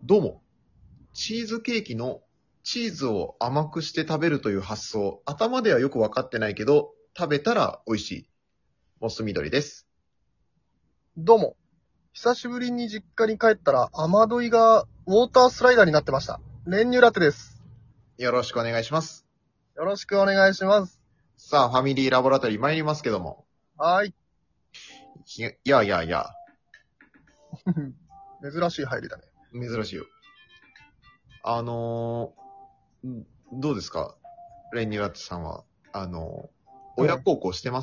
どうも。チーズケーキのチーズを甘くして食べるという発想、頭ではよくわかってないけど、食べたら美味しい。モス緑です。 どうも。久しぶりに実家に帰ったら、雨どいがウォータースライダーになってました。練乳ラテです。 よろしくお願いします。 よろしくお願いします。 さあ、ファミリーラボラトリー参りますけども。 はーい。 いやいやいや、 珍しい入りだね。 珍しいよ。どうですかレンニュラッツさんは。親孝行してます？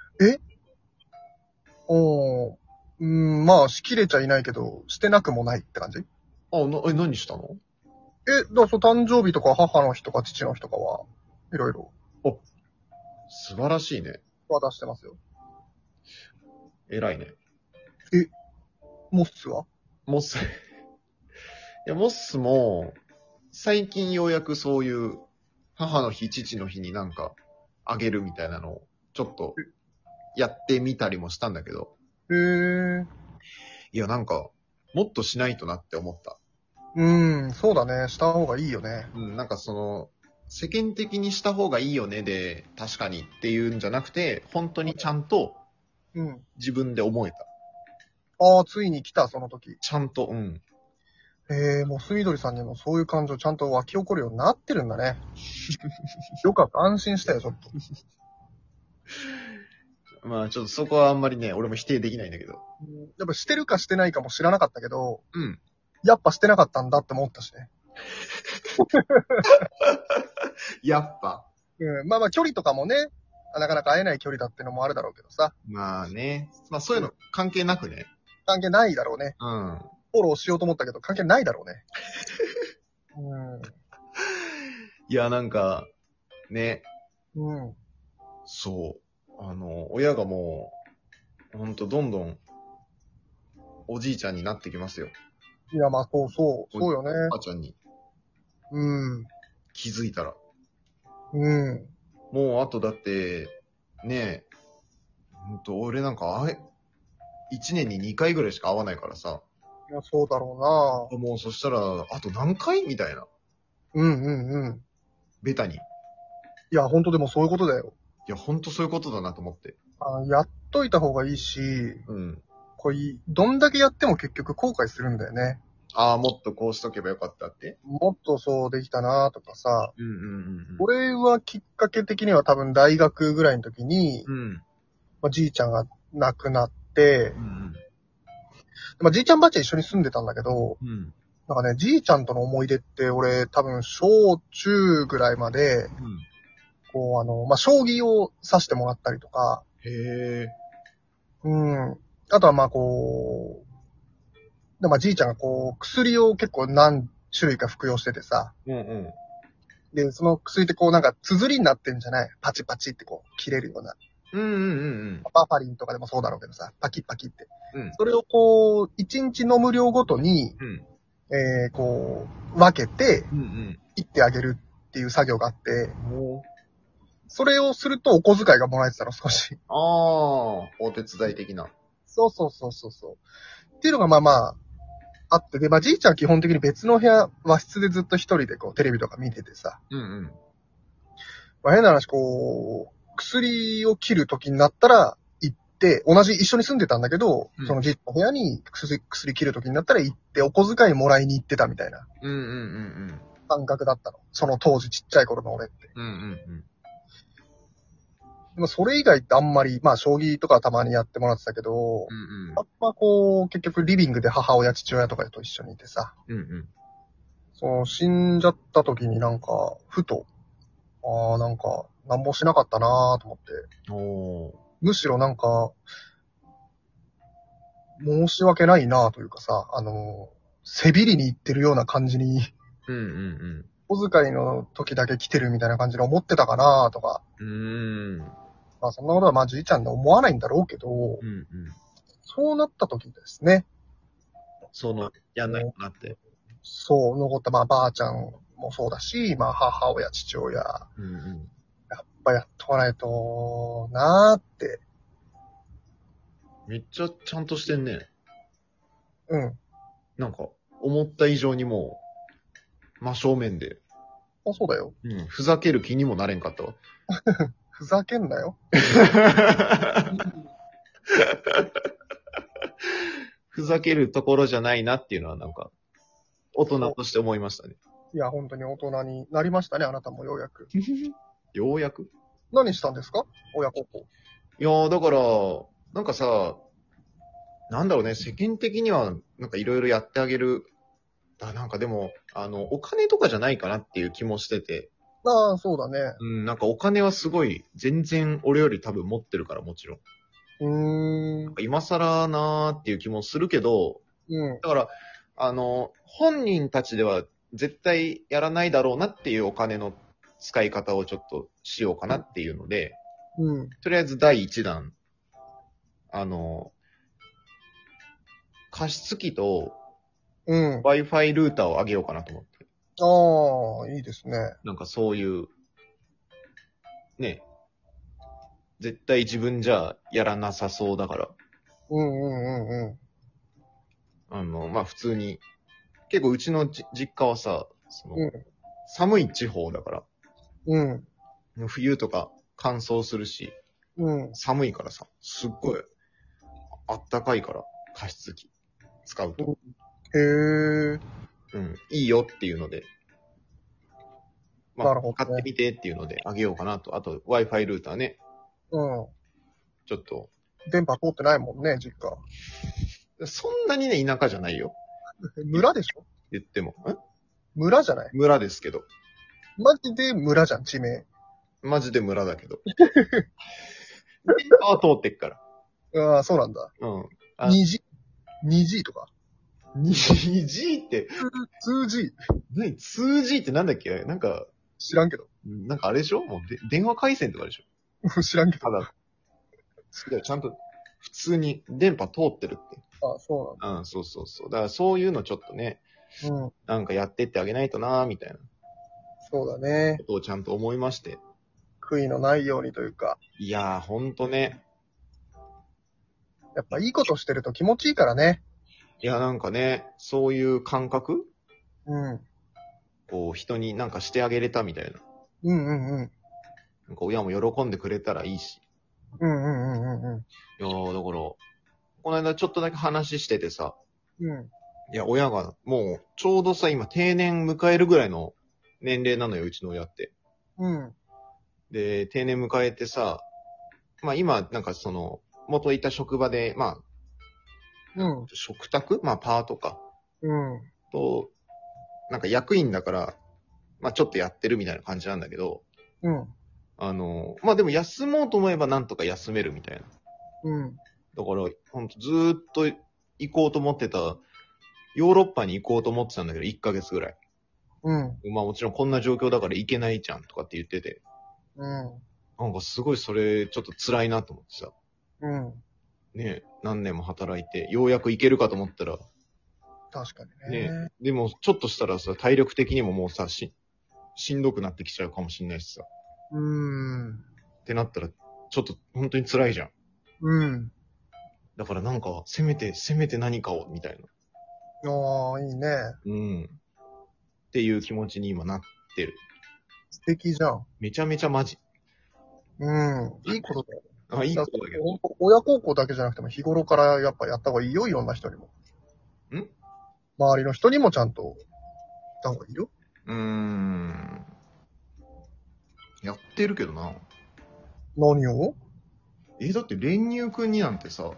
まあ、しきれちゃいないけど、してなくもないって感じ。 何したの？ 誕生日とか母の日とか父の日とかは、いろいろ素晴らしいね。 渡してますよ。 偉いね。 モッスはモス。いや、モスも、最近ようやくそういう母の日、父の日になんかあげるみたいなのをちょっとやってみたりもしたんだけど、いやなんかもっとしないとなって思った。 そうだね。した方がいいよね。 なんか世間的にした方がいいよねで、確かにっていうんじゃなくて、本当にちゃんと自分で思えた。 ついに来た、その時。 ちゃんと、 モス緑さんにもそういう感情ちゃんと湧き起こるようになってるんだね。よかった。安心したよ、ちょっと。 まあちょっとそこはあんまりね、俺も否定できないんだけど。 やっぱしてるかしてないかも知らなかったけど、 うん。 やっぱしてなかったんだって思ったしね。 やっぱ。 まあまあ距離とかもね、なかなか会えない距離だってのもあるだろうけどさ。 まあね。まあそういうの関係なくね。 関係ないだろうね。 うん。 フォローしようと思ったけど関係ないだろうね。 いや、なんか、ね、 うん。 そう。親がもう、ほんとどんどん、おじいちゃんになってきますよ。 いや、まあそうよね。 おばあちゃんにうん。 気づいたら。 うん。 もう、あとだって、ね俺なんか、1年に2回ぐらいしか会わないからさ。 いや、そうだろもう、そしたら、あと何回みたいな。 うな。うん。 ベタに。いいや、ほんとでもそういうことだよ。 や、ほんとそういうことだなと思って。 やっといた方がいいし、 うん。 これ、どんだけやっても結局後悔するんだよね。 ああ、もっとこうしとけばよかったって。 もっとそうできたなとかさ。 うん。 俺はきっかけ的には多分大学ぐらいの時に、じいちゃんが亡くなって、じいちゃんばあちゃん一緒に住んでたんだけど、なんかね、じいちゃんとの思い出って俺多分小中ぐらいまで、将棋を指してもらったりとか、 へえ。 あとはじいちゃんが薬を結構何種類か服用しててさ、で、その薬ってなんか、綴りになってんじゃない？パチパチって切れるような。バファリンとかでもそうだろうけどさ、パキッパキって。それを一日飲む量ごとに、分けて、切ってあげるっていう作業があって、それをするとお小遣いがもらえてたの、少し。 ああ、お手伝い的な。 そう。っていうのがまあまあ、あって、で、じいちゃんは基本的に別の部屋、和室でずっと一人でテレビとか見ててさ、変な話、薬を切る時になったら行って、一緒に住んでたんだけど、そのじいちゃんの部屋に薬切る時になったら行って、お小遣いもらいに行ってたみたいな感覚だったの。その当時ちっちゃい頃の俺って。でもそれ以外ってあんまり、将棋とかはたまにやってもらってたけど、結局リビングで母親、父親とかと一緒にいてさ、死んじゃった時になんか、ふと、なんもしなかったなぁと思って、むしろなんか、申し訳ないなぁというかさ、背びりに行ってるような感じに、小遣いの時だけ来てるみたいな感じで思ってたかなぁとか、そんなことはじいちゃんで思わないんだろうけど、そうなった時ですね。 やんないとなって。 そう残った、ばあちゃんもそうだし、母親、父親、やっぱやっとかないとなーって。 めっちゃちゃんとしてんね。なんか、 思った以上にもう、真正面で、 あ、そうだよ。 ふざける気にもなれんかったわ。 ふざけんなよ。 ふざけるところじゃないなっていうのはなんか、大人として思いましたね。 いや、本当に大人になりましたね、あなたもようやく。 ようやく何したんですか親孝行。 いやー、だから、なんかさ、なんだろうね、世間的には、なんかいろいろやってあげる。なんかでも、お金とかじゃないかなっていう気もしてて。 ああ、そうだね。 なんかお金はすごい、全然俺より多分持ってるからもちろん。今更なーっていう気もするけど、だから、本人たちでは絶対やらないだろうなっていうお金の使い方をちょっとしようかなっていうので、とりあえず第一弾、加湿器と Wi-Fi ルーターをあげようかなと思って。 ああ、いいですね。 なんかそういう、ね、絶対自分じゃやらなさそうだから。まあ普通に、結構うちの実家はさ、寒い地方だから、冬とか乾燥するし、寒いからさ、すっごい、あったかいから、加湿器使うと。 へえ。 いいよっていうので、まあ、 なるほどね買ってみてっていうのであげようかなと。あと、Wi-Fi ルーターね、ちょっと、 電波通ってないもんね、実家。 そんなにね、田舎じゃないよ。 村でしょ言っても。 村じゃない村ですけど。 マジで村じゃん、地名。 マジで村だけど。電波は通ってっから。 ああ、そうなんだ。2G。2G とか。 2G って、 2G。 何 ?2G ってなんだっけなんか、 知らんけど。 なんかあれでしょもう電話回線とかでしょ知らんけど。 ただ、ちゃんと普通に電波通ってるって。 ああ、そうなんだ。 そうそうそう。だからそういうのちょっとね、なんかやってってあげないとなーみたいなそうだね。 ことをちゃんと思いまして。 悔いのないようにというか。 いやー、ほんとね。 やっぱいいことしてると気持ちいいからね。 いや、なんかね、そういう感覚うん。 こう、人になんかしてあげれたみたいな。なんか親も喜んでくれたらいいし。いやー、だから、この間ちょっとだけ話しててさ。いや、親がもう、ちょうどさ、今定年迎えるぐらいの年齢なのよ、うちの親って。で、定年迎えてさ、まあ今、なんか元いた職場で、まあ、食卓まあパートか。と、なんか役員だから、まあちょっとやってるみたいな感じなんだけど、まあでも休もうと思えばなんとか休めるみたいな。だから、ほんとずーっと行こうと思ってた、ヨーロッパに行こうと思ってたんだけど、1ヶ月ぐらい。まあもちろんこんな状況だから行けないじゃんとかって言ってて。なんかすごいそれちょっと辛いなと思ってさ。ねえ、何年も働いて、ようやく行けるかと思ったら、 確かにね。 ねえ、でもちょっとしたらさ、体力的にももうさ、しんどくなってきちゃうかもしんないしさ。ってなったら、ちょっと本当に辛いじゃん。だからなんか、せめて何かを、みたいな。 ああ、いいね。 っていう気持ちに今なってる。 素敵じゃん。 めちゃめちゃマジ。 いいことだよ。 いいことだけど。 親孝行だけじゃなくても日頃からやっぱやった方がいいよ、いろんな人にも。周りの人にもちゃんとやった方がいいよ。 やってるけどな。 何をだって練乳くんになんてさ、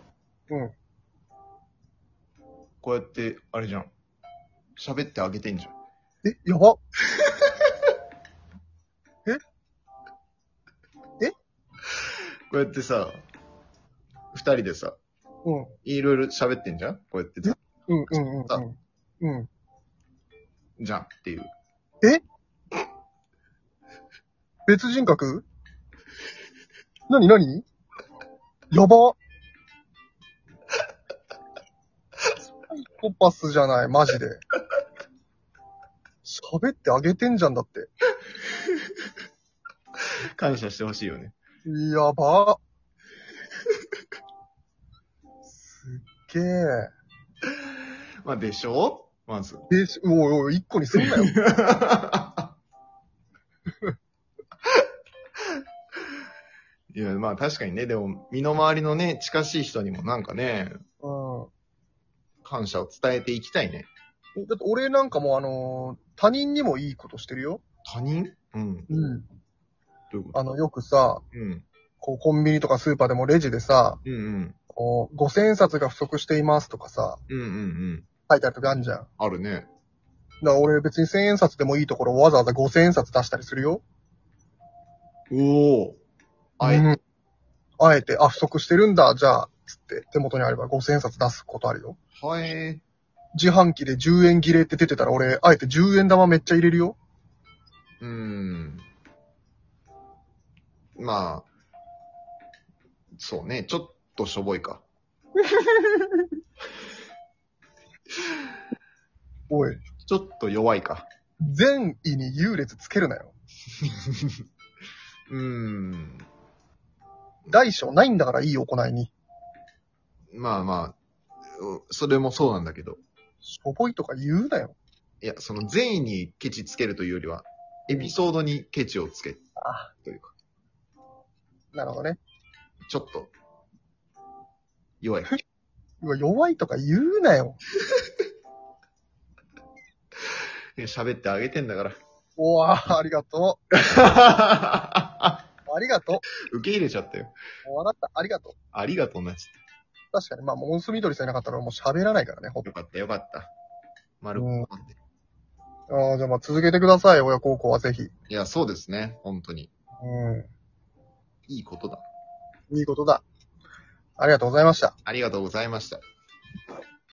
こうやって、あれじゃん。喋ってあげてんじゃん。 やば。 こうやってさ、二人でさ、いろいろ喋ってんじゃんこうやってさ。じゃんっていう。 別人格何やば。サイコパスじゃない、マジで。喋ってあげてんじゃんだって。 感謝してほしいよね。 やば。すっげえ。 まあ、でしょまず。 おいおい、1個にすんなよ。 いや、まあ確かにね、でも、身の回りのね、近しい人にもなんかね、 うん。 感謝を伝えていきたいね。 だって俺なんかも他人にもいいことしてるよ。 他人うん。 うん。 どういうことよくさ、 うん。 こうコンビニとかスーパーでもレジでさ、 うんうん。 こう、5000円札が不足していますとかさ、 うんうんうん。 書いてあるときあるじゃん。だかあるね。 ら俺別に1000円札でもいいところをわざわざ5000円札出したりするよ。 おお。あえうん。あえて、不足してるんだ、じゃあ、つって手元にあれば5000円札出すことあるよ。 はえ自販機で10円切れって出てたら俺、あえて10円玉めっちゃ入れるよ。 まあ、そうね。ちょっとしょぼいか。 おい、 ちょっと弱いか。 善意に優劣つけるなよ。大小ないんだからいい行いに。 まあまあ、それもそうなんだけど。 しょぼいとか言うなよ。 いや、その善意にケチつけるというよりは、エピソードにケチをつけるあ、 というか、 なるほどね。 ちょっと、弱い。 うわ弱いとか言うなよ。 喋ってあげてんだから。 おわありがとう。ありがと受け入れちゃったよ。 う。わかった。ありがとう。 ありがとうなっち確かに、モンスミドリさんいなかったらもう喋らないからね、ほっと。 よかったよかった。丸くうんまって。 じゃあ続けてください、親孝行はぜひ。 いや、そうですね。本当に。 ういいことだ。 ん。いいことだ。ありがとうございました。 ありがとうございました。